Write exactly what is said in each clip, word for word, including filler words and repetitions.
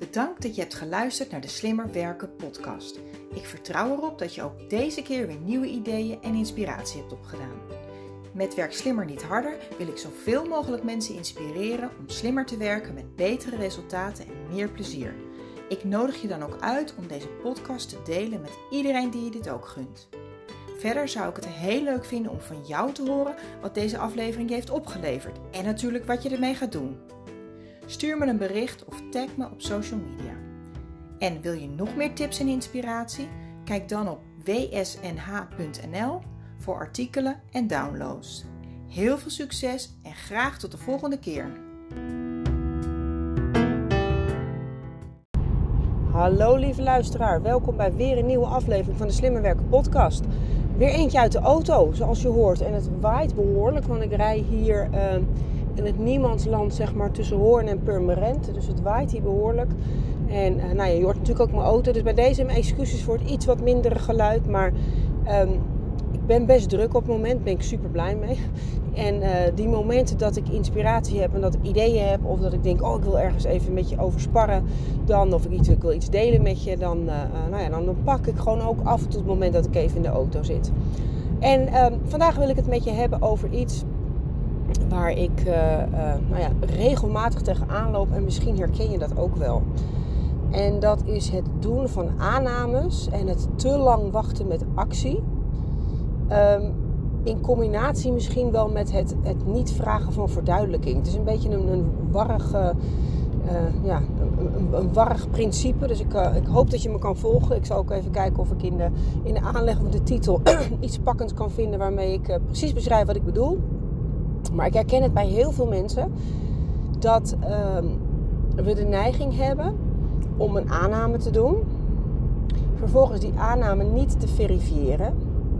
Bedankt dat je hebt geluisterd naar de Slimmer Werken podcast. Ik vertrouw erop dat je ook deze keer weer nieuwe ideeën en inspiratie hebt opgedaan. Met Werk Slimmer Niet Harder wil ik zoveel mogelijk mensen inspireren om slimmer te werken met betere resultaten en meer plezier. Ik nodig je dan ook uit om deze podcast te delen met iedereen die je dit ook gunt. Verder zou ik het heel leuk vinden om van jou te horen wat deze aflevering je heeft opgeleverd en natuurlijk wat je ermee gaat doen. Stuur me een bericht of tag me op social media. En wil je nog meer tips en inspiratie? Kijk dan op w s n h punt n l voor artikelen en downloads. Heel veel succes en graag tot de volgende keer. Hallo lieve luisteraar, welkom bij weer een nieuwe aflevering van de Slimmer Werken podcast. Weer eentje uit de auto, zoals je hoort. En het waait behoorlijk, want ik rij hier uh, in het niemandsland, zeg maar, tussen Hoorn en Purmerend. Dus het waait hier behoorlijk. En uh, nou ja, je hoort natuurlijk ook mijn auto. Dus bij deze mijn excuses voor het iets wat mindere geluid. Maar um, ik ben best druk op het moment, daar ben ik super blij mee. En uh, die momenten dat ik inspiratie heb en dat ik ideeën heb, of dat ik denk, oh ik wil ergens even met je over sparren, dan, of ik, iets, ik wil iets delen met je, dan, uh, nou ja, dan, dan pak ik gewoon ook af tot het moment dat ik even in de auto zit. En uh, vandaag wil ik het met je hebben over iets waar ik uh, uh, nou ja, regelmatig tegenaan loop en misschien herken je dat ook wel. En dat is het doen van aannames en het te lang wachten met actie. Um, in combinatie misschien wel met het, het niet vragen van verduidelijking. Het is een beetje een, een warrig, uh, uh, ja, een, een warrig principe. Dus ik, uh, ik hoop dat je me kan volgen. Ik zal ook even kijken of ik in de, in de aanleg van de titel iets pakkends kan vinden waarmee ik uh, precies beschrijf wat ik bedoel. Maar ik herken het bij heel veel mensen dat uh, we de neiging hebben om een aanname te doen. Vervolgens die aanname niet te verifiëren.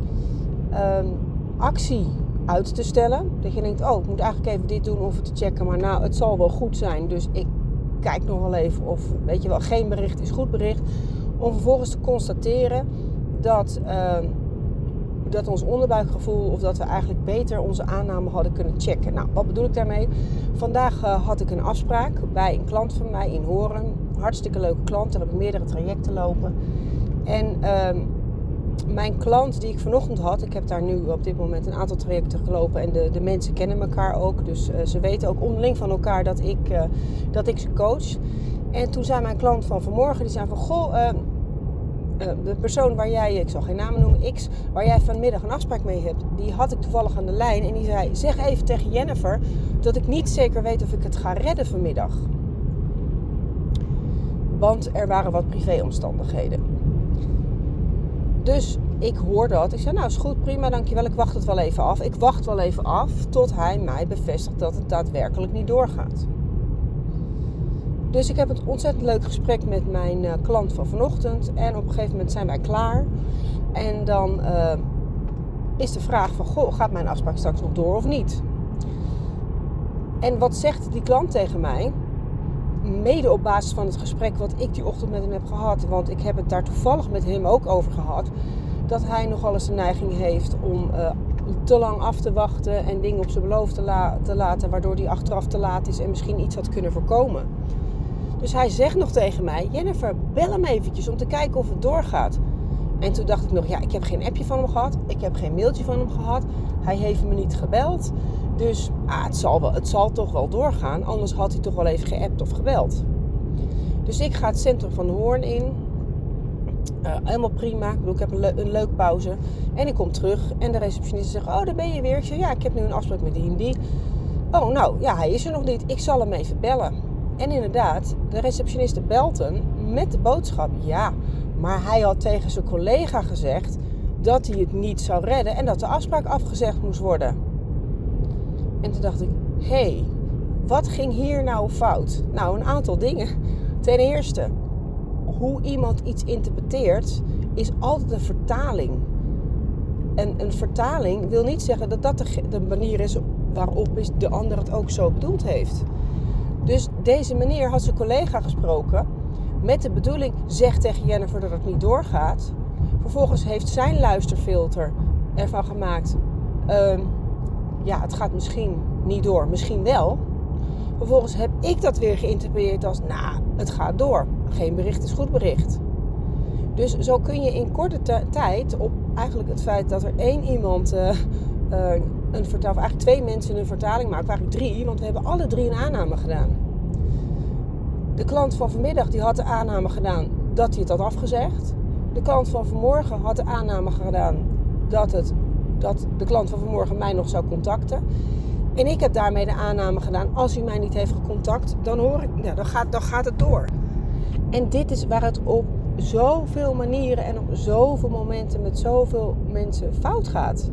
Um, actie uit te stellen. Dat je denkt, oh, ik moet eigenlijk even dit doen om het te checken. Maar nou, het zal wel goed zijn. Dus ik kijk nog wel even of, weet je wel, geen bericht is goed bericht. Om vervolgens te constateren dat, uh, dat ons onderbuikgevoel, of dat we eigenlijk beter onze aanname hadden kunnen checken. Nou, wat bedoel ik daarmee? Vandaag uh, had ik een afspraak bij een klant van mij in Hoorn. Hartstikke leuke klant. Daar heb ik meerdere trajecten lopen. En Uh, Mijn klant die ik vanochtend had, ik heb daar nu op dit moment een aantal trajecten gelopen en de, de mensen kennen elkaar ook. Dus uh, ze weten ook onderling van elkaar dat ik, uh, dat ik ze coach. En toen zei mijn klant van vanmorgen, die zei van, goh, uh, uh, de persoon waar jij, ik zal geen namen noemen, X, waar jij vanmiddag een afspraak mee hebt, die had ik toevallig aan de lijn. En die zei, zeg even tegen Jennifer dat ik niet zeker weet of ik het ga redden vanmiddag. Want er waren wat privéomstandigheden. Dus ik hoor dat. Ik zei, nou is goed, prima, dankjewel. Ik wacht het wel even af. Ik wacht wel even af tot hij mij bevestigt dat het daadwerkelijk niet doorgaat. Dus ik heb een ontzettend leuk gesprek met mijn uh, klant van vanochtend. En op een gegeven moment zijn wij klaar. En dan uh, is de vraag van, goh, gaat mijn afspraak straks nog door of niet? En wat zegt die klant tegen mij? Mede op basis van het gesprek wat ik die ochtend met hem heb gehad. Want ik heb het daar toevallig met hem ook over gehad. Dat hij nogal eens de neiging heeft om uh, te lang af te wachten en dingen op zijn beloof te, la- te laten. Waardoor hij achteraf te laat is en misschien iets had kunnen voorkomen. Dus hij zegt nog tegen mij, Jennifer, bel hem eventjes om te kijken of het doorgaat. En toen dacht ik nog, ja, ik heb geen appje van hem gehad. Ik heb geen mailtje van hem gehad. Hij heeft me niet gebeld. Dus ah, het, zal wel, het zal toch wel doorgaan. Anders had hij toch wel even geappt of gebeld. Dus ik ga het centrum van Hoorn in. Uh, helemaal prima. Ik bedoel, ik heb een, le- een leuke pauze. En ik kom terug. En de receptioniste zegt, oh, daar ben je weer. Ik zeg, ja, ik heb nu een afspraak met die en die. Oh, nou, ja, hij is er nog niet. Ik zal hem even bellen. En inderdaad, de receptioniste belt hem met de boodschap. Ja, maar hij had tegen zijn collega gezegd dat hij het niet zou redden. En dat de afspraak afgezegd moest worden. En toen dacht ik, hé, hey, wat ging hier nou fout? Nou, een aantal dingen. Ten eerste, hoe iemand iets interpreteert is altijd een vertaling. En een vertaling wil niet zeggen dat dat de, de manier is waarop de ander het ook zo bedoeld heeft. Dus deze meneer had zijn collega gesproken met de bedoeling, zeg tegen Jennifer dat het niet doorgaat. Vervolgens heeft zijn luisterfilter ervan gemaakt, uh, ja, het gaat misschien niet door, misschien wel. Vervolgens heb ik dat weer geïnterpreteerd als, nou, het gaat door. geen bericht is goed bericht. Dus zo kun je in korte t- tijd op eigenlijk het feit dat er één iemand uh, uh, een vertaal, of eigenlijk twee mensen een vertaling maken, eigenlijk drie, want we hebben alle drie een aanname gedaan. De klant van vanmiddag die had de aanname gedaan dat hij het had afgezegd. De klant van vanmorgen had de aanname gedaan dat, het, dat de klant van vanmorgen mij nog zou contacten. En ik heb daarmee de aanname gedaan, als hij mij niet heeft gecontact, dan, hoor ik, ja, dan, gaat, dan gaat het door. En dit is waar het op zoveel manieren en op zoveel momenten met zoveel mensen fout gaat.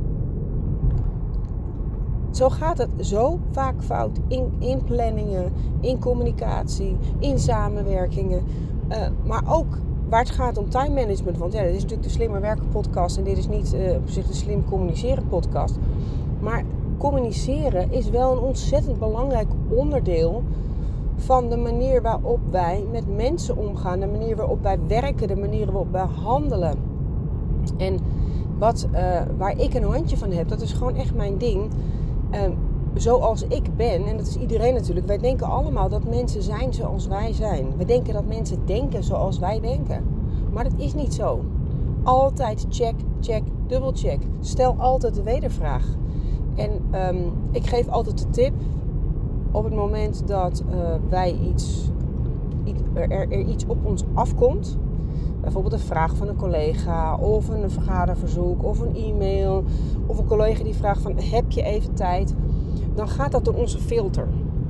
Zo gaat het zo vaak fout in, in planningen, in communicatie, in samenwerkingen. Uh, maar ook waar het gaat om time management. Want ja, dit is natuurlijk de Slimmer Werken podcast en dit is niet uh, op zich de Slim Communiceren podcast. Maar communiceren is wel een ontzettend belangrijk onderdeel van de manier waarop wij met mensen omgaan, de manier waarop wij werken, de manier waarop wij handelen. En wat, uh, waar ik een handje van heb, dat is gewoon echt mijn ding. Uh, zoals ik ben, en dat is iedereen natuurlijk, wij denken allemaal dat mensen zijn zoals wij zijn. We denken dat mensen denken zoals wij denken. Maar dat is niet zo. Altijd check, check, dubbelcheck. Stel altijd de wedervraag. En um, ik geef altijd de tip, op het moment dat uh, wij iets, iets er, er iets op ons afkomt, bijvoorbeeld een vraag van een collega of een vergaderverzoek of een e-mail of een collega die vraagt van heb je even tijd, dan gaat dat door onze filter.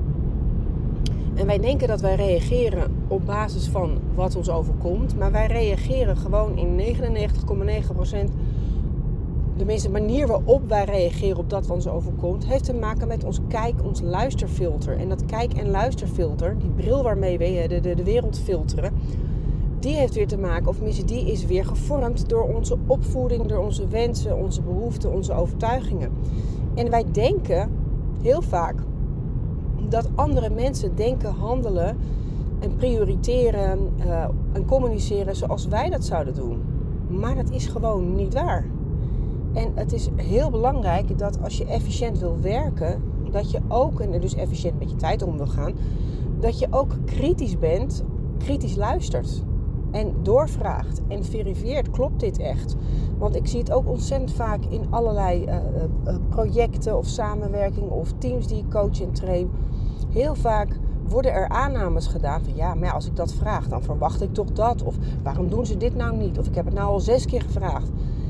En wij denken dat wij reageren op basis van wat ons overkomt, maar wij reageren gewoon in negenennegentig komma negen procent. De meeste manier waarop wij reageren op dat wat ons overkomt, heeft te maken met ons kijk-, ons luisterfilter. En dat kijk- en luisterfilter, die bril waarmee we de, de, de wereld filteren, die heeft weer te maken, of tenminste die is weer gevormd door onze opvoeding, door onze wensen, onze behoeften, onze overtuigingen. En wij denken heel vaak dat andere mensen denken, handelen en prioriteren uh, en communiceren zoals wij dat zouden doen. Maar dat is gewoon niet waar. En het is heel belangrijk dat als je efficiënt wil werken, dat je ook, en dus efficiënt met je tijd om wil gaan, dat je ook kritisch bent, kritisch luistert. En doorvraagt en verifieert, klopt dit echt? Want ik zie het ook ontzettend vaak in allerlei uh, uh, projecten of samenwerkingen of teams die ik coach en train. Heel vaak worden er aannames gedaan van ja, maar als ik dat vraag, dan verwacht ik toch dat. Of waarom doen ze dit nou niet? Of ik heb het nou al zes keer gevraagd.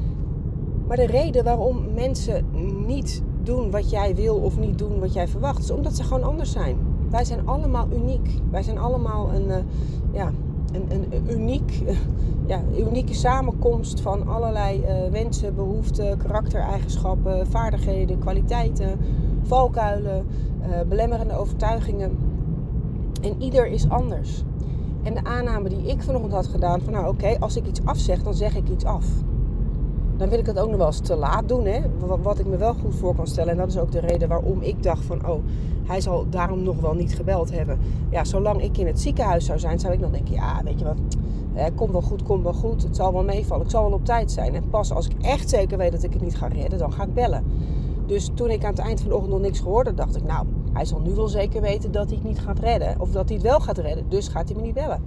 Maar de reden waarom mensen niet doen wat jij wil of niet doen wat jij verwacht, is omdat ze gewoon anders zijn. Wij zijn allemaal uniek. Wij zijn allemaal een, uh, ja, een, een uniek, uh, ja, unieke samenkomst van allerlei uh, wensen, behoeften, karaktereigenschappen, vaardigheden, kwaliteiten, valkuilen, uh, belemmerende overtuigingen. En ieder is anders. En de aanname die ik vanochtend had gedaan, van nou oké, okay, als ik iets afzeg, dan zeg ik iets af. Dan wil ik het ook nog wel eens te laat doen. Hè? Wat ik me wel goed voor kan stellen. En dat is ook de reden waarom ik dacht van... oh, hij zal daarom nog wel niet gebeld hebben. Ja, zolang ik in het ziekenhuis zou zijn... zou ik nog denken, ja, weet je wat... Eh, komt wel goed, komt wel goed. Het zal wel meevallen. Ik zal wel op tijd zijn. En pas als ik echt zeker weet dat ik het niet ga redden... dan ga ik bellen. Dus toen ik aan het eind van de ochtend nog niks gehoord had... dacht ik, nou, hij zal nu wel zeker weten dat hij het niet gaat redden. Of dat hij het wel gaat redden. Dus gaat hij me niet bellen.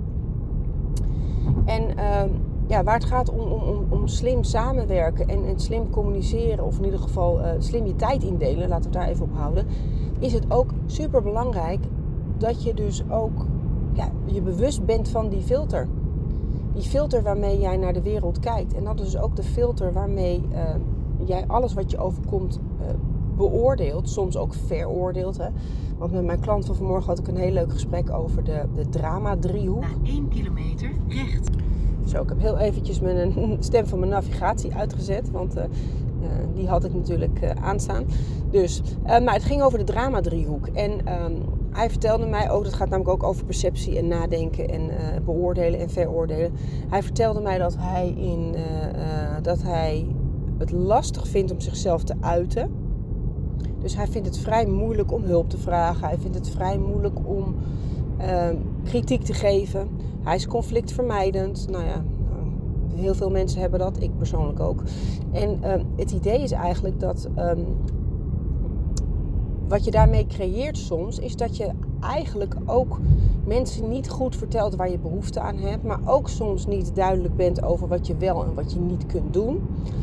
En... Uh, Ja, waar het gaat om, om, om slim samenwerken en, en slim communiceren, of in ieder geval uh, slim je tijd indelen, laten we het daar even op houden, is het ook super belangrijk dat je dus ook ja, je bewust bent van die filter. Die filter waarmee jij naar de wereld kijkt. En dat is dus ook de filter waarmee uh, jij alles wat je overkomt uh, beoordeelt, soms ook veroordeelt. Hè? Want met mijn klant van vanmorgen had ik een heel leuk gesprek over de, de drama-driehoek. Na één kilometer recht. Zo, ik heb heel eventjes mijn stem van mijn navigatie uitgezet, want uh, uh, die had ik natuurlijk uh, aanstaan. Dus, uh, maar het ging over de drama-driehoek. En um, hij vertelde mij ook, dat gaat namelijk ook over perceptie en nadenken en uh, beoordelen en veroordelen. Hij vertelde mij dat hij, in, uh, uh, dat hij het lastig vindt om zichzelf te uiten. Dus hij vindt het vrij moeilijk om hulp te vragen. Hij vindt het vrij moeilijk om uh, kritiek te geven. Hij is conflictvermijdend. Nou ja, heel veel mensen hebben dat. Ik persoonlijk ook. En uh, het idee is eigenlijk dat um, wat je daarmee creëert soms, is dat je eigenlijk ook mensen niet goed vertelt waar je behoefte aan hebt. Maar ook soms niet duidelijk bent over wat je wel en wat je niet kunt doen.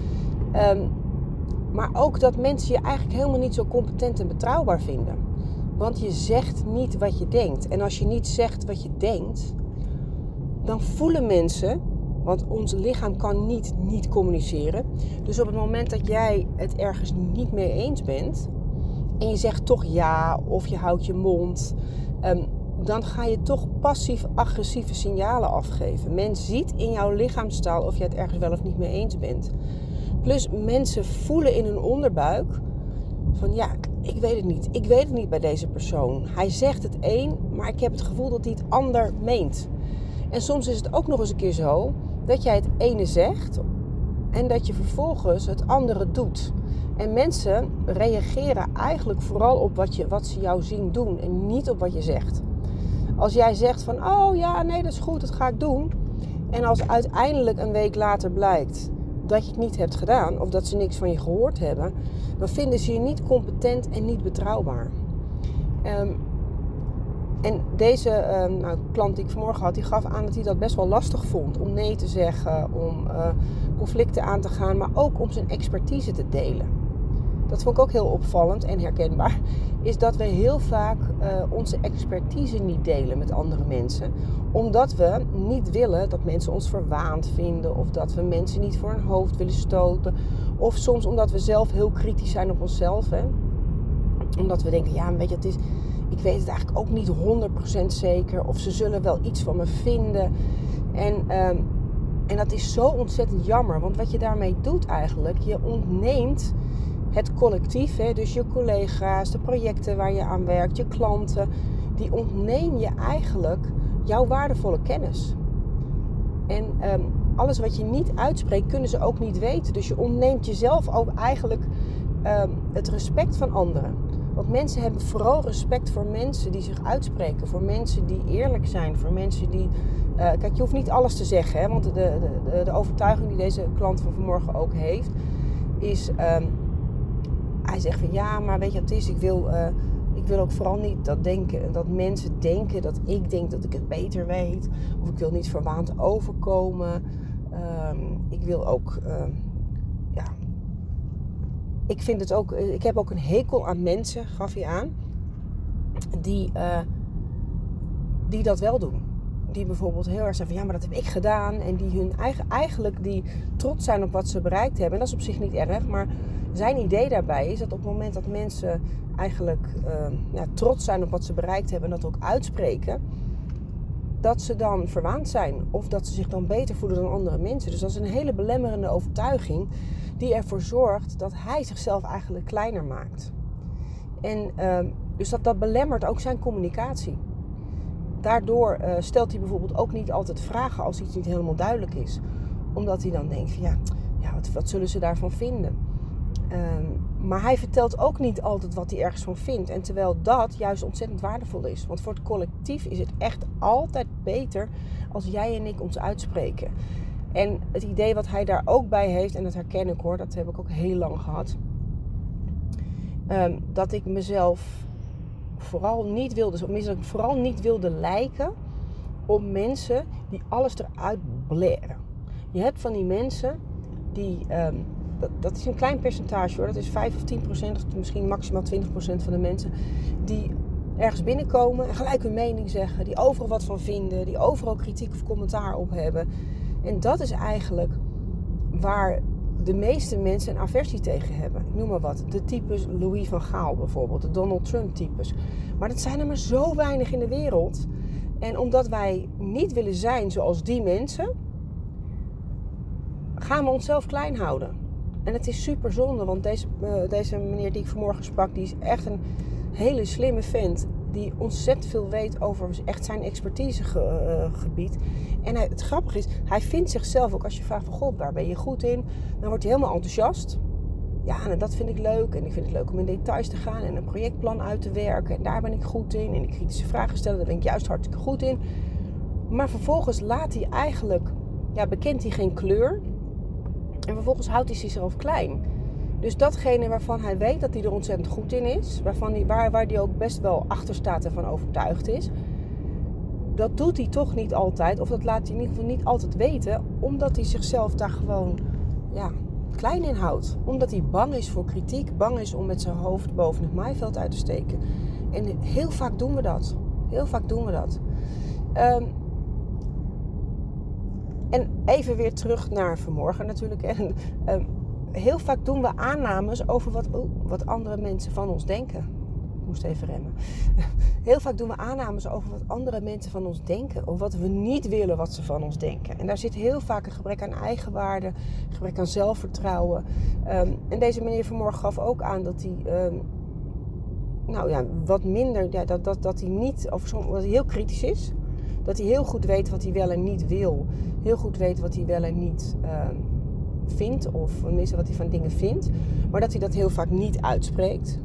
Um, maar ook dat mensen je eigenlijk helemaal niet zo competent en betrouwbaar vinden. Want je zegt niet wat je denkt. En als je niet zegt wat je denkt, dan voelen mensen, want ons lichaam kan niet niet communiceren. Dus op het moment dat jij het ergens niet mee eens bent en je zegt toch ja of je houdt je mond, um, dan ga je toch passief-agressieve signalen afgeven. Men ziet in jouw lichaamstaal of je het ergens wel of niet mee eens bent. Plus mensen voelen in hun onderbuik van ja, ik weet het niet. Ik weet het niet bij deze persoon. Hij zegt het een, maar ik heb het gevoel dat hij het ander meent. En soms is het ook nog eens een keer zo dat jij het ene zegt en dat je vervolgens het andere doet. En mensen reageren eigenlijk vooral op wat, je, wat ze jou zien doen en niet op wat je zegt. Als jij zegt van, oh ja, nee, dat is goed, dat ga ik doen. En als uiteindelijk een week later blijkt dat je het niet hebt gedaan of dat ze niks van je gehoord hebben, dan vinden ze je niet competent en niet betrouwbaar. Um, en deze um, nou, klant die ik vanmorgen had, die gaf aan dat hij dat best wel lastig vond om nee te zeggen, om uh, conflicten aan te gaan, maar ook om zijn expertise te delen. Dat vond ik ook heel opvallend en herkenbaar, is dat we heel vaak uh, onze expertise niet delen met andere mensen. Omdat we niet willen dat mensen ons verwaand vinden of dat we mensen niet voor hun hoofd willen stoten. Of soms omdat we zelf heel kritisch zijn op onszelf. Hè? Omdat we denken, ja, weet je, het is, ik weet het eigenlijk ook niet honderd procent zeker. Of ze zullen wel iets van me vinden. En, um, en dat is zo ontzettend jammer, want wat je daarmee doet eigenlijk, je ontneemt het collectief, hè, dus je collega's, de projecten waar je aan werkt, je klanten, die ontneem je eigenlijk jouw waardevolle kennis. En um, alles wat je niet uitspreekt, kunnen ze ook niet weten. Dus je ontneemt jezelf ook eigenlijk um, het respect van anderen. Want mensen hebben vooral respect voor mensen die zich uitspreken, voor mensen die eerlijk zijn, voor mensen die... Uh, kijk, je hoeft niet alles te zeggen, hè, want de, de, de, de overtuiging die deze klant van vanmorgen ook heeft, is... Um, Hij zegt van ja, maar weet je wat het is? Ik wil, uh, ik wil ook vooral niet dat, denken, dat mensen denken dat ik denk dat ik het beter weet. Of ik wil niet verwaand overkomen. Um, ik wil ook, uh, ja... Ik vind het ook... Ik heb ook een hekel aan mensen, gaf hij aan, die, uh, die dat wel doen. Die bijvoorbeeld heel erg zeggen van ja, maar dat heb ik gedaan. En die hun eigen, eigenlijk die trots zijn op wat ze bereikt hebben. En dat is op zich niet erg, maar... Zijn idee daarbij is dat op het moment dat mensen eigenlijk uh, ja, trots zijn op wat ze bereikt hebben en dat ook uitspreken, dat ze dan verwaand zijn of dat ze zich dan beter voelen dan andere mensen. Dus dat is een hele belemmerende overtuiging die ervoor zorgt dat hij zichzelf eigenlijk kleiner maakt. En uh, dus dat, dat belemmert ook zijn communicatie. Daardoor uh, stelt hij bijvoorbeeld ook niet altijd vragen als iets niet helemaal duidelijk is. Omdat hij dan denkt van ja, ja wat, wat zullen ze daarvan vinden? Um, maar hij vertelt ook niet altijd wat hij ergens van vindt. En terwijl dat juist ontzettend waardevol is. Want voor het collectief is het echt altijd beter als jij en ik ons uitspreken. En het idee wat hij daar ook bij heeft, en dat herken ik hoor, dat heb ik ook heel lang gehad. Um, dat ik mezelf vooral niet wilde, dat ik vooral niet wilde lijken op mensen die alles eruit blaren. Je hebt van die mensen die... Um, Dat, dat is een klein percentage hoor. Dat is vijf of tien procent of misschien maximaal twintig procent van de mensen die ergens binnenkomen en gelijk hun mening zeggen. Die overal wat van vinden. Die overal kritiek of commentaar op hebben. En dat is eigenlijk waar de meeste mensen een aversie tegen hebben. Ik noem maar wat. De types Louis van Gaal bijvoorbeeld. De Donald Trump types. Maar dat zijn er maar zo weinig in de wereld. En omdat wij niet willen zijn zoals die mensen, gaan we onszelf klein houden. En het is super zonde, want deze, uh, deze meneer die ik vanmorgen sprak, die is echt een hele slimme vent. Die ontzettend veel weet over echt zijn expertisegebied. En hij, het grappige is, hij vindt zichzelf ook als je vraagt van goh, waar ben je goed in? Dan wordt hij helemaal enthousiast. Ja, en dat vind ik leuk. En ik vind het leuk om in details te gaan en een projectplan uit te werken. En daar ben ik goed in. En die kritische vragen stellen, daar ben ik juist hartstikke goed in. Maar vervolgens laat hij eigenlijk, ja, bekent hij geen kleur. En vervolgens houdt hij zichzelf klein. Dus datgene waarvan hij weet dat hij er ontzettend goed in is, waarvan hij, waar, waar hij ook best wel achter staat en van overtuigd is, dat doet hij toch niet altijd, of dat laat hij in ieder geval niet altijd weten, omdat hij zichzelf daar gewoon ja, klein in houdt. Omdat hij bang is voor kritiek, bang is om met zijn hoofd boven het maaiveld uit te steken. En heel vaak doen we dat. Heel vaak doen we dat. Um, en even weer terug naar vanmorgen natuurlijk. En, um, heel vaak doen we aannames over wat, oh, wat andere mensen van ons denken. Ik moest even remmen. Heel vaak doen we aannames over wat andere mensen van ons denken. Of wat we niet willen wat ze van ons denken. En daar zit heel vaak een gebrek aan eigenwaarde. Een gebrek aan zelfvertrouwen. Um, en deze meneer vanmorgen gaf ook aan dat hij... Um, nou ja, wat minder... Ja, dat, dat, dat hij niet... Of dat hij heel kritisch is. Dat hij heel goed weet wat hij wel en niet wil. Heel goed weet wat hij wel en niet... Um, vindt, of tenminste wat hij van dingen vindt, maar dat hij dat heel vaak niet uitspreekt.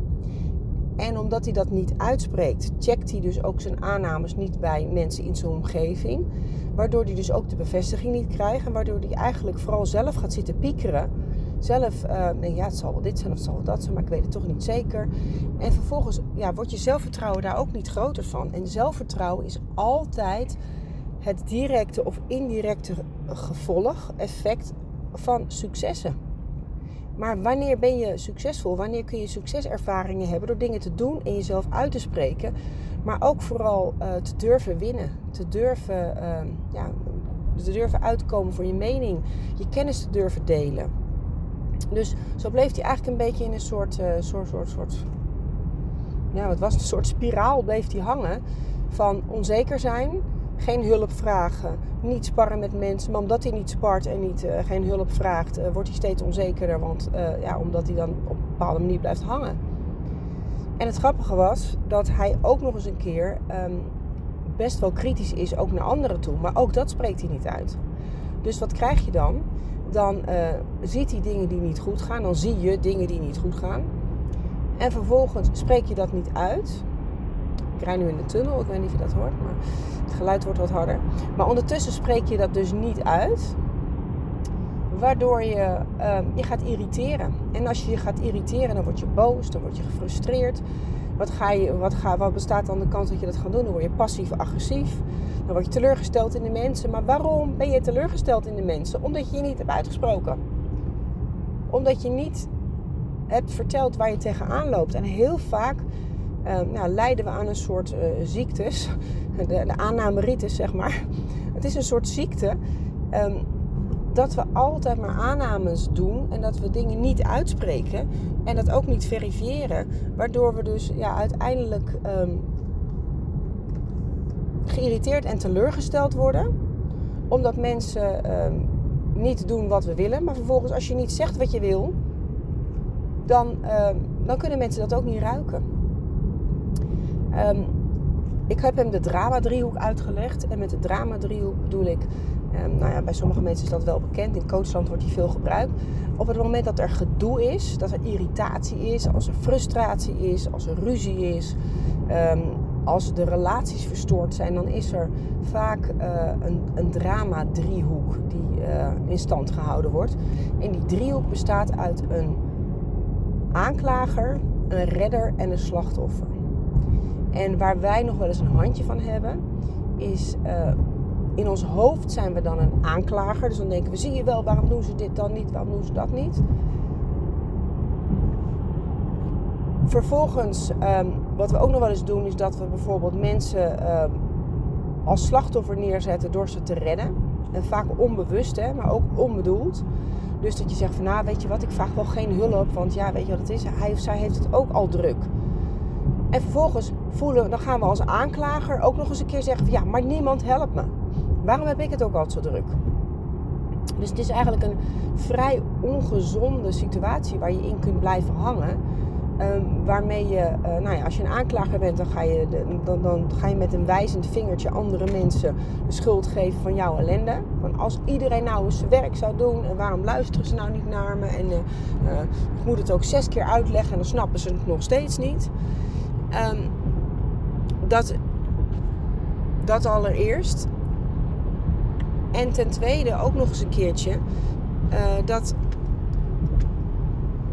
En omdat hij dat niet uitspreekt, checkt hij dus ook zijn aannames niet bij mensen in zijn omgeving, waardoor hij dus ook de bevestiging niet krijgt en waardoor hij eigenlijk vooral zelf gaat zitten piekeren. Zelf, uh, nee, ja, het zal wel dit zijn of het zal wel dat zijn, maar ik weet het toch niet zeker. En vervolgens ja, wordt je zelfvertrouwen daar ook niet groter van. En zelfvertrouwen is altijd het directe of indirecte gevolg, effect van successen. Maar wanneer ben je succesvol? Wanneer kun je succeservaringen hebben door dingen te doen en jezelf uit te spreken, maar ook vooral uh, te durven winnen, te durven, uh, ja, te durven uitkomen voor je mening, je kennis te durven delen. Dus zo bleef hij eigenlijk een beetje in een soort, uh, soort, soort, soort, ja, wat was het? Een soort spiraal bleef hij hangen van onzeker zijn. Geen hulp vragen, niet sparren met mensen. Maar omdat hij niet spart en niet, uh, geen hulp vraagt, uh, wordt hij steeds onzekerder. Want uh, ja, omdat hij dan op een bepaalde manier blijft hangen. En het grappige was dat hij ook nog eens een keer um, best wel kritisch is, ook naar anderen toe. Maar ook dat spreekt hij niet uit. Dus wat krijg je dan? Dan uh, ziet hij dingen die niet goed gaan. Dan zie je dingen die niet goed gaan. En vervolgens spreek je dat niet uit. Ik rij nu in de tunnel, ik weet niet of je dat hoort, maar het geluid wordt wat harder. Maar ondertussen spreek je dat dus niet uit, waardoor je uh, je gaat irriteren. En als je je gaat irriteren, dan word je boos, dan word je gefrustreerd. Wat, ga je, wat, ga, wat bestaat dan de kans dat je dat gaat doen? Dan word je passief-agressief. Dan word je teleurgesteld in de mensen. Maar waarom ben je teleurgesteld in de mensen? Omdat je je niet hebt uitgesproken. Omdat je niet hebt verteld waar je tegenaan loopt. En heel vaak uh, nou, lijden we aan een soort uh, ziektes. De, de aannameritis, zeg maar. Het is een soort ziekte. Um, dat we altijd maar aannames doen. En dat we dingen niet uitspreken. En dat ook niet verifiëren. Waardoor we dus ja, uiteindelijk um, geïrriteerd en teleurgesteld worden. Omdat mensen um, niet doen wat we willen. Maar vervolgens als je niet zegt wat je wil. Dan, um, dan kunnen mensen dat ook niet ruiken. Um, ik heb hem de drama-driehoek uitgelegd. En met de drama-driehoek bedoel ik... Um, nou ja, bij sommige mensen is dat wel bekend. In coachland wordt die veel gebruikt. Op het moment dat er gedoe is, dat er irritatie is, als er frustratie is, als er ruzie is, um, als de relaties verstoord zijn, dan is er vaak uh, een, een drama-driehoek die uh, in stand gehouden wordt. En die driehoek bestaat uit een aanklager, een redder en een slachtoffer. En waar wij nog wel eens een handje van hebben, is... Uh, In ons hoofd zijn we dan een aanklager. Dus dan denken we, zie je wel, waarom doen ze dit dan niet? Waarom doen ze dat niet? Vervolgens, um, wat we ook nog wel eens doen, is dat we bijvoorbeeld mensen um, als slachtoffer neerzetten door ze te redden. En vaak onbewust, hè, maar ook onbedoeld. Dus dat je zegt van, nou weet je wat, ik vraag wel geen hulp. Want ja, weet je wat het is? Hij of zij heeft het ook al druk. En vervolgens voelen, dan gaan we als aanklager ook nog eens een keer zeggen van, ja, maar niemand helpt me. Waarom heb ik het ook altijd zo druk? Dus het is eigenlijk een vrij ongezonde situatie waar je in kunt blijven hangen. Um, waarmee je, uh, nou ja, als je een aanklager bent, dan ga, je de, dan, dan ga je met een wijzend vingertje andere mensen de schuld geven van jouw ellende. Want als iedereen nou eens zijn werk zou doen, en waarom luisteren ze nou niet naar me? En uh, uh, ik moet het ook zes keer uitleggen en dan snappen ze het nog steeds niet. Um, dat, dat allereerst. En ten tweede ook nog eens een keertje uh, dat,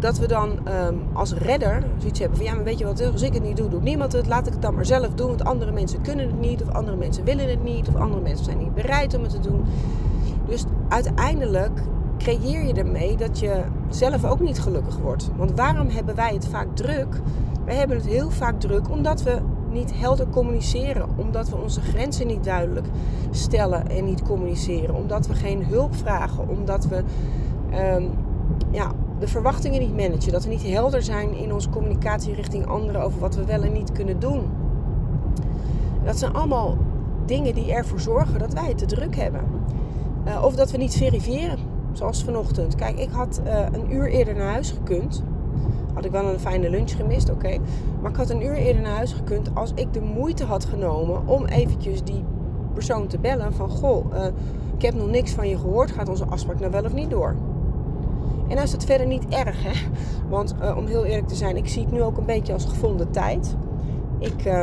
dat we dan um, als redder zoiets hebben van ja, maar weet je wat, als ik het niet doe, doet niemand het. Laat ik het dan maar zelf doen, want andere mensen kunnen het niet. Of andere mensen willen het niet. Of andere mensen zijn niet bereid om het te doen. Dus uiteindelijk creëer je ermee dat je zelf ook niet gelukkig wordt. Want waarom hebben wij het vaak druk? Wij hebben het heel vaak druk omdat we niet helder communiceren. Omdat we onze grenzen niet duidelijk stellen en niet communiceren. Omdat we geen hulp vragen. Omdat we um, ja, de verwachtingen niet managen. Dat we niet helder zijn in onze communicatie richting anderen over wat we wel en niet kunnen doen. Dat zijn allemaal dingen die ervoor zorgen dat wij het te druk hebben. Uh, of dat we niet verifiëren. Zoals vanochtend. Kijk, ik had uh, een uur eerder naar huis gekund. Had ik wel een fijne lunch gemist, oké. Okay. Maar ik had een uur eerder naar huis gekund als ik de moeite had genomen om eventjes die persoon te bellen. Van, goh, uh, ik heb nog niks van je gehoord. Gaat onze afspraak nou wel of niet door? En nou is het verder niet erg, hè. Want uh, om heel eerlijk te zijn, ik zie het nu ook een beetje als gevonden tijd. Ik... Uh,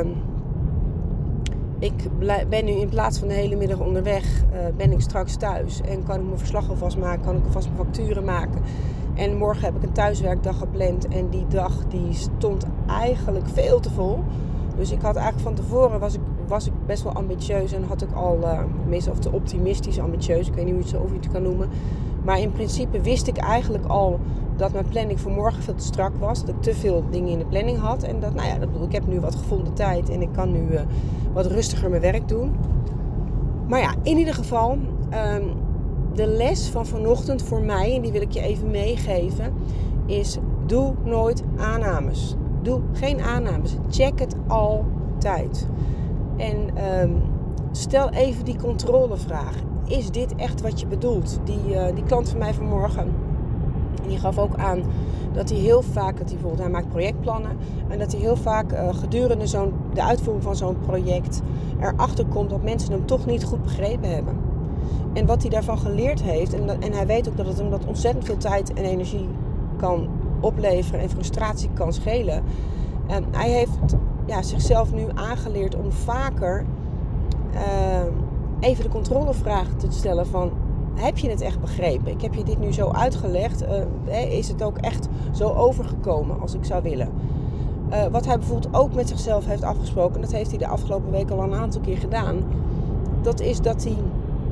Ik ben nu in plaats van de hele middag onderweg, uh, ben ik straks thuis. En kan ik mijn verslag alvast maken, kan ik alvast mijn facturen maken. En morgen heb ik een thuiswerkdag gepland. En die dag die stond eigenlijk veel te vol. Dus ik had eigenlijk van tevoren, was ik, was ik best wel ambitieus. En had ik al, uh, meestal of te optimistisch ambitieus. Ik weet niet hoe je het, zo, of je het kan noemen. Maar in principe wist ik eigenlijk al dat mijn planning voor morgen veel te strak was. Dat ik te veel dingen in de planning had. En dat, nou ja, dat bedoel, ik heb nu wat gevonden tijd. En ik kan nu uh, wat rustiger mijn werk doen. Maar ja, in ieder geval, um, de les van vanochtend voor mij, en die wil ik je even meegeven, is doe nooit aannames. Doe geen aannames. Check het altijd. En um, stel even die controlevraag. Is dit echt wat je bedoelt? Die, uh, die klant van mij vanmorgen, die gaf ook aan dat hij heel vaak, dat hij bijvoorbeeld, hij maakt projectplannen, en dat hij heel vaak uh, gedurende zo'n, de uitvoering van zo'n project erachter komt dat mensen hem toch niet goed begrepen hebben. En wat hij daarvan geleerd heeft, en, en hij weet ook dat het hem dat ontzettend veel tijd en energie kan opleveren en frustratie kan schelen. En hij heeft ja, zichzelf nu aangeleerd om vaker uh, even de controlevraag te stellen van, heb je het echt begrepen? Ik heb je dit nu zo uitgelegd. Uh, is het ook echt zo overgekomen als ik zou willen? Uh, wat hij bijvoorbeeld ook met zichzelf heeft afgesproken, dat heeft hij de afgelopen week al een aantal keer gedaan, dat is dat hij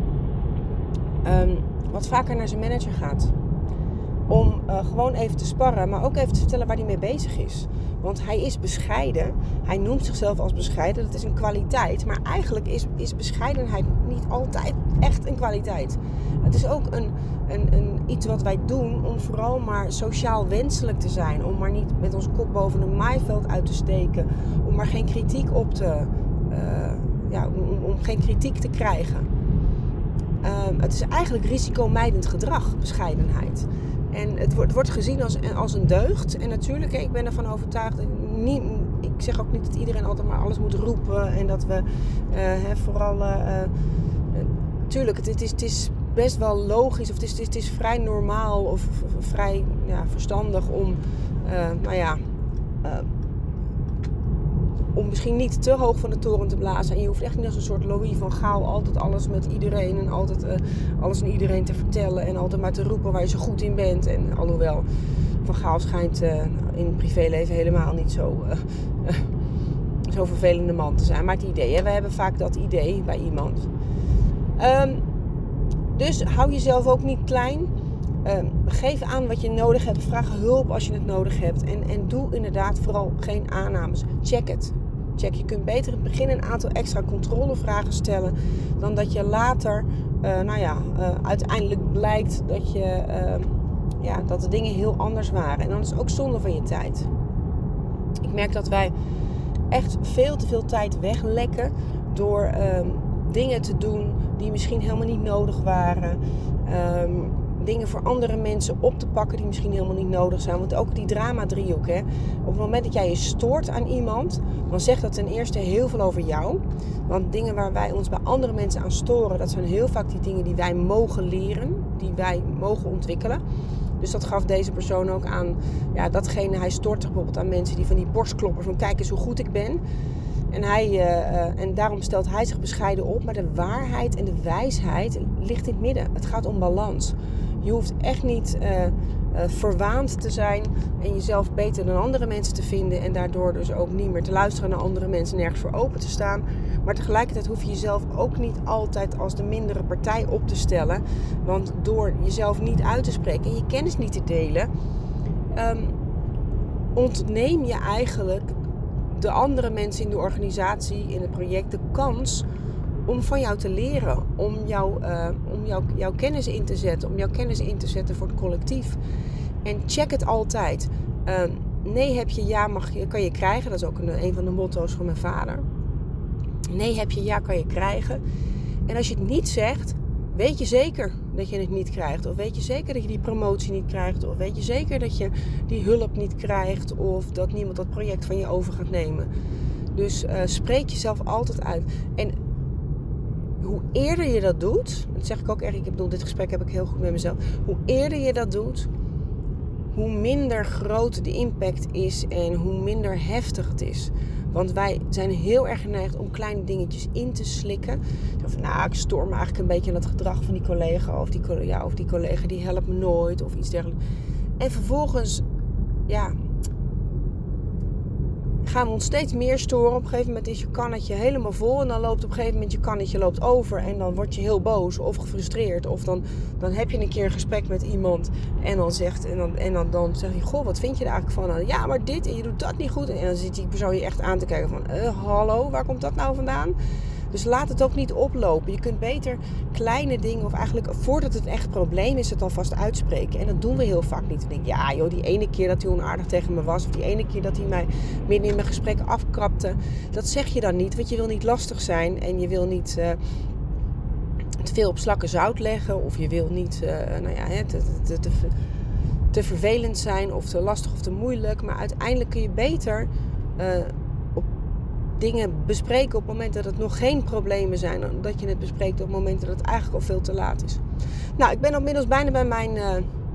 um, wat vaker naar zijn manager gaat. Om uh, gewoon even te sparren, maar ook even te vertellen waar hij mee bezig is. Want hij is bescheiden. Hij noemt zichzelf als bescheiden. Dat is een kwaliteit. Maar eigenlijk is, is bescheidenheid niet altijd echt een kwaliteit. Het is ook een, een, een, iets wat wij doen om vooral maar sociaal wenselijk te zijn. Om maar niet met onze kop boven een maaiveld uit te steken. Om maar geen kritiek op te... Uh, ja, om, om geen kritiek te krijgen. Uh, het is eigenlijk risicomijdend gedrag, bescheidenheid. En het wordt, wordt gezien als, als een deugd. En natuurlijk, ik ben ervan overtuigd. Niet, ik zeg ook niet dat iedereen altijd maar alles moet roepen. En dat we uh, hè, vooral... Uh, uh, tuurlijk, het, het, is, het is best wel logisch. Of het is, het is, het is vrij normaal. Of, of, of vrij ja, verstandig om... Uh, nou ja... Uh, om misschien niet te hoog van de toren te blazen. En je hoeft echt niet als een soort Louis van Gaal altijd alles met iedereen en altijd uh, alles aan iedereen te vertellen. En altijd maar te roepen waar je zo goed in bent. En alhoewel Van Gaal schijnt uh, in het privéleven helemaal niet zo, uh, uh, zo vervelende man te zijn. Maar het idee, hè? We hebben vaak dat idee bij iemand. Um, dus hou jezelf ook niet klein. Um, geef aan wat je nodig hebt. Vraag hulp als je het nodig hebt. En, en doe inderdaad vooral geen aannames. Check het. Check. Je kunt beter in het begin een aantal extra controlevragen stellen. Dan dat je later, uh, nou ja, uh, uiteindelijk blijkt dat, je, uh, ja, dat de dingen heel anders waren. En dan is het ook zonde van je tijd. Ik merk dat wij echt veel te veel tijd weglekken door um, dingen te doen die misschien helemaal niet nodig waren. Um, Dingen voor andere mensen op te pakken die misschien helemaal niet nodig zijn. Want ook die drama-driehoek. Hè? Op het moment dat jij je stoort aan iemand, dan zegt dat ten eerste heel veel over jou. Want dingen waar wij ons bij andere mensen aan storen, dat zijn heel vaak die dingen die wij mogen leren. Die wij mogen ontwikkelen. Dus dat gaf deze persoon ook aan. Ja, datgene, hij stoort zich bijvoorbeeld aan mensen die van die borstkloppers. Van kijk eens hoe goed ik ben. En, hij, uh, en daarom stelt hij zich bescheiden op. Maar de waarheid en de wijsheid ligt in het midden. Het gaat om balans. Je hoeft echt niet uh, uh, verwaand te zijn en jezelf beter dan andere mensen te vinden en daardoor dus ook niet meer te luisteren naar andere mensen, nergens voor open te staan. Maar tegelijkertijd hoef je jezelf ook niet altijd als de mindere partij op te stellen, want door jezelf niet uit te spreken en je kennis niet te delen, um, ontneem je eigenlijk de andere mensen in de organisatie, in het project, de kans om van jou te leren, om, jou, uh, om jou, jouw kennis in te zetten, om jouw kennis in te zetten voor het collectief. En check het altijd. Uh, nee heb je, ja mag je, kan je krijgen. Dat is ook een, een van de motto's van mijn vader. Nee heb je, ja kan je krijgen. En als je het niet zegt, weet je zeker dat je het niet krijgt. Of weet je zeker dat je die promotie niet krijgt. Of weet je zeker dat je die hulp niet krijgt. Of dat niemand dat project van je over gaat nemen. Dus uh, spreek jezelf altijd uit. En hoe eerder je dat doet, dat zeg ik ook erg, ik bedoel, dit gesprek heb ik heel goed met mezelf. Hoe eerder je dat doet, hoe minder groot de impact is en hoe minder heftig het is. Want wij zijn heel erg geneigd om kleine dingetjes in te slikken. Of, nou, ik stoor me eigenlijk een beetje aan het gedrag van die collega. Of die, ja, of die collega die helpt me nooit of iets dergelijks. En vervolgens, ja, gaan we ons steeds meer storen. Op een gegeven moment is je kannetje helemaal vol. En dan loopt op een gegeven moment je kannetje loopt over. En dan word je heel boos of gefrustreerd. Of dan, dan heb je een keer een gesprek met iemand. En dan zegt en dan, en dan, dan zeg je, goh, wat vind je er eigenlijk van? Ja, maar dit en je doet dat niet goed. En dan zit die persoon je echt aan te kijken van, uh, hallo, waar komt dat nou vandaan? Dus laat het ook niet oplopen. Je kunt beter kleine dingen, of eigenlijk voordat het echt probleem is, het alvast uitspreken. En dat doen we heel vaak niet. We denken, ja joh, die ene keer dat hij onaardig tegen me was, of die ene keer dat hij mij midden in mijn gesprek afkrapte, dat zeg je dan niet, want je wil niet lastig zijn en je wil niet uh, te veel op slakken zout leggen, of je wil niet uh, nou ja, te, te, te, te vervelend zijn, of te lastig of te moeilijk. Maar uiteindelijk kun je beter Uh, dingen bespreken op het moment dat het nog geen problemen zijn. Dan dat je het bespreekt op het moment dat het eigenlijk al veel te laat is. Nou, ik ben inmiddels bijna bij mijn uh,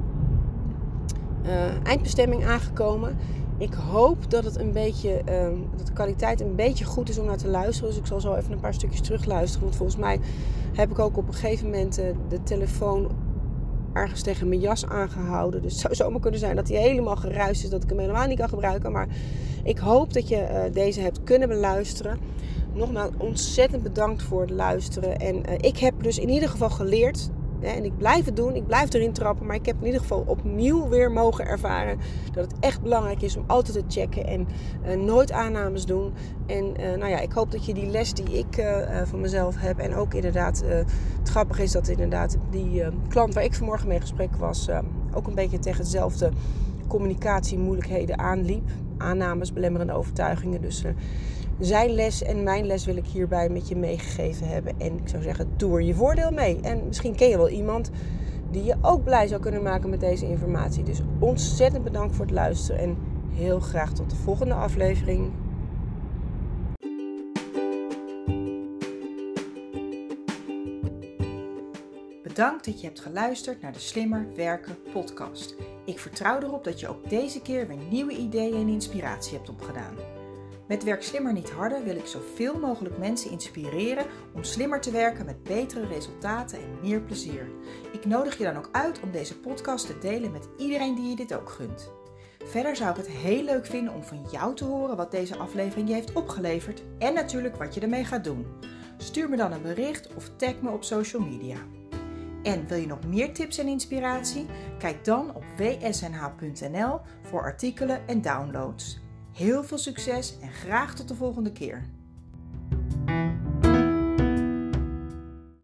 uh, eindbestemming aangekomen. Ik hoop dat het een beetje, uh, dat de kwaliteit een beetje goed is om naar te luisteren. Dus ik zal zo even een paar stukjes terugluisteren. Want volgens mij heb ik ook op een gegeven moment uh, de telefoon ergens tegen mijn jas aangehouden. Dus het zou zomaar kunnen zijn dat hij helemaal geruist is, dat ik hem helemaal niet kan gebruiken. Maar ik hoop dat je uh, deze hebt kunnen beluisteren. Nogmaals, ontzettend bedankt voor het luisteren. En uh, ik heb dus in ieder geval geleerd, hè, en ik blijf het doen, ik blijf erin trappen, maar ik heb in ieder geval opnieuw weer mogen ervaren dat het echt belangrijk is om altijd te checken en uh, nooit aannames doen. En uh, nou ja, ik hoop dat je die les die ik uh, van mezelf heb, en ook inderdaad, uh, het grappige is dat inderdaad die uh, klant waar ik vanmorgen mee in gesprek was, uh, ook een beetje tegen hetzelfde communicatiemoeilijkheden aanliep. Aannames, belemmerende overtuigingen. Dus uh, zijn les en mijn les wil ik hierbij met je meegegeven hebben. En ik zou zeggen, doe er je voordeel mee. En misschien ken je wel iemand die je ook blij zou kunnen maken met deze informatie. Dus ontzettend bedankt voor het luisteren. En heel graag tot de volgende aflevering. Bedankt dat je hebt geluisterd naar de Slimmer Werken podcast. Ik vertrouw erop dat je ook deze keer weer nieuwe ideeën en inspiratie hebt opgedaan. Met Werk Slimmer Niet Harder wil ik zoveel mogelijk mensen inspireren om slimmer te werken met betere resultaten en meer plezier. Ik nodig je dan ook uit om deze podcast te delen met iedereen die je dit ook gunt. Verder zou ik het heel leuk vinden om van jou te horen wat deze aflevering je heeft opgeleverd en natuurlijk wat je ermee gaat doen. Stuur me dan een bericht of tag me op social media. En wil je nog meer tips en inspiratie? Kijk dan op w s n h punt n l voor artikelen en downloads. Heel veel succes en graag tot de volgende keer.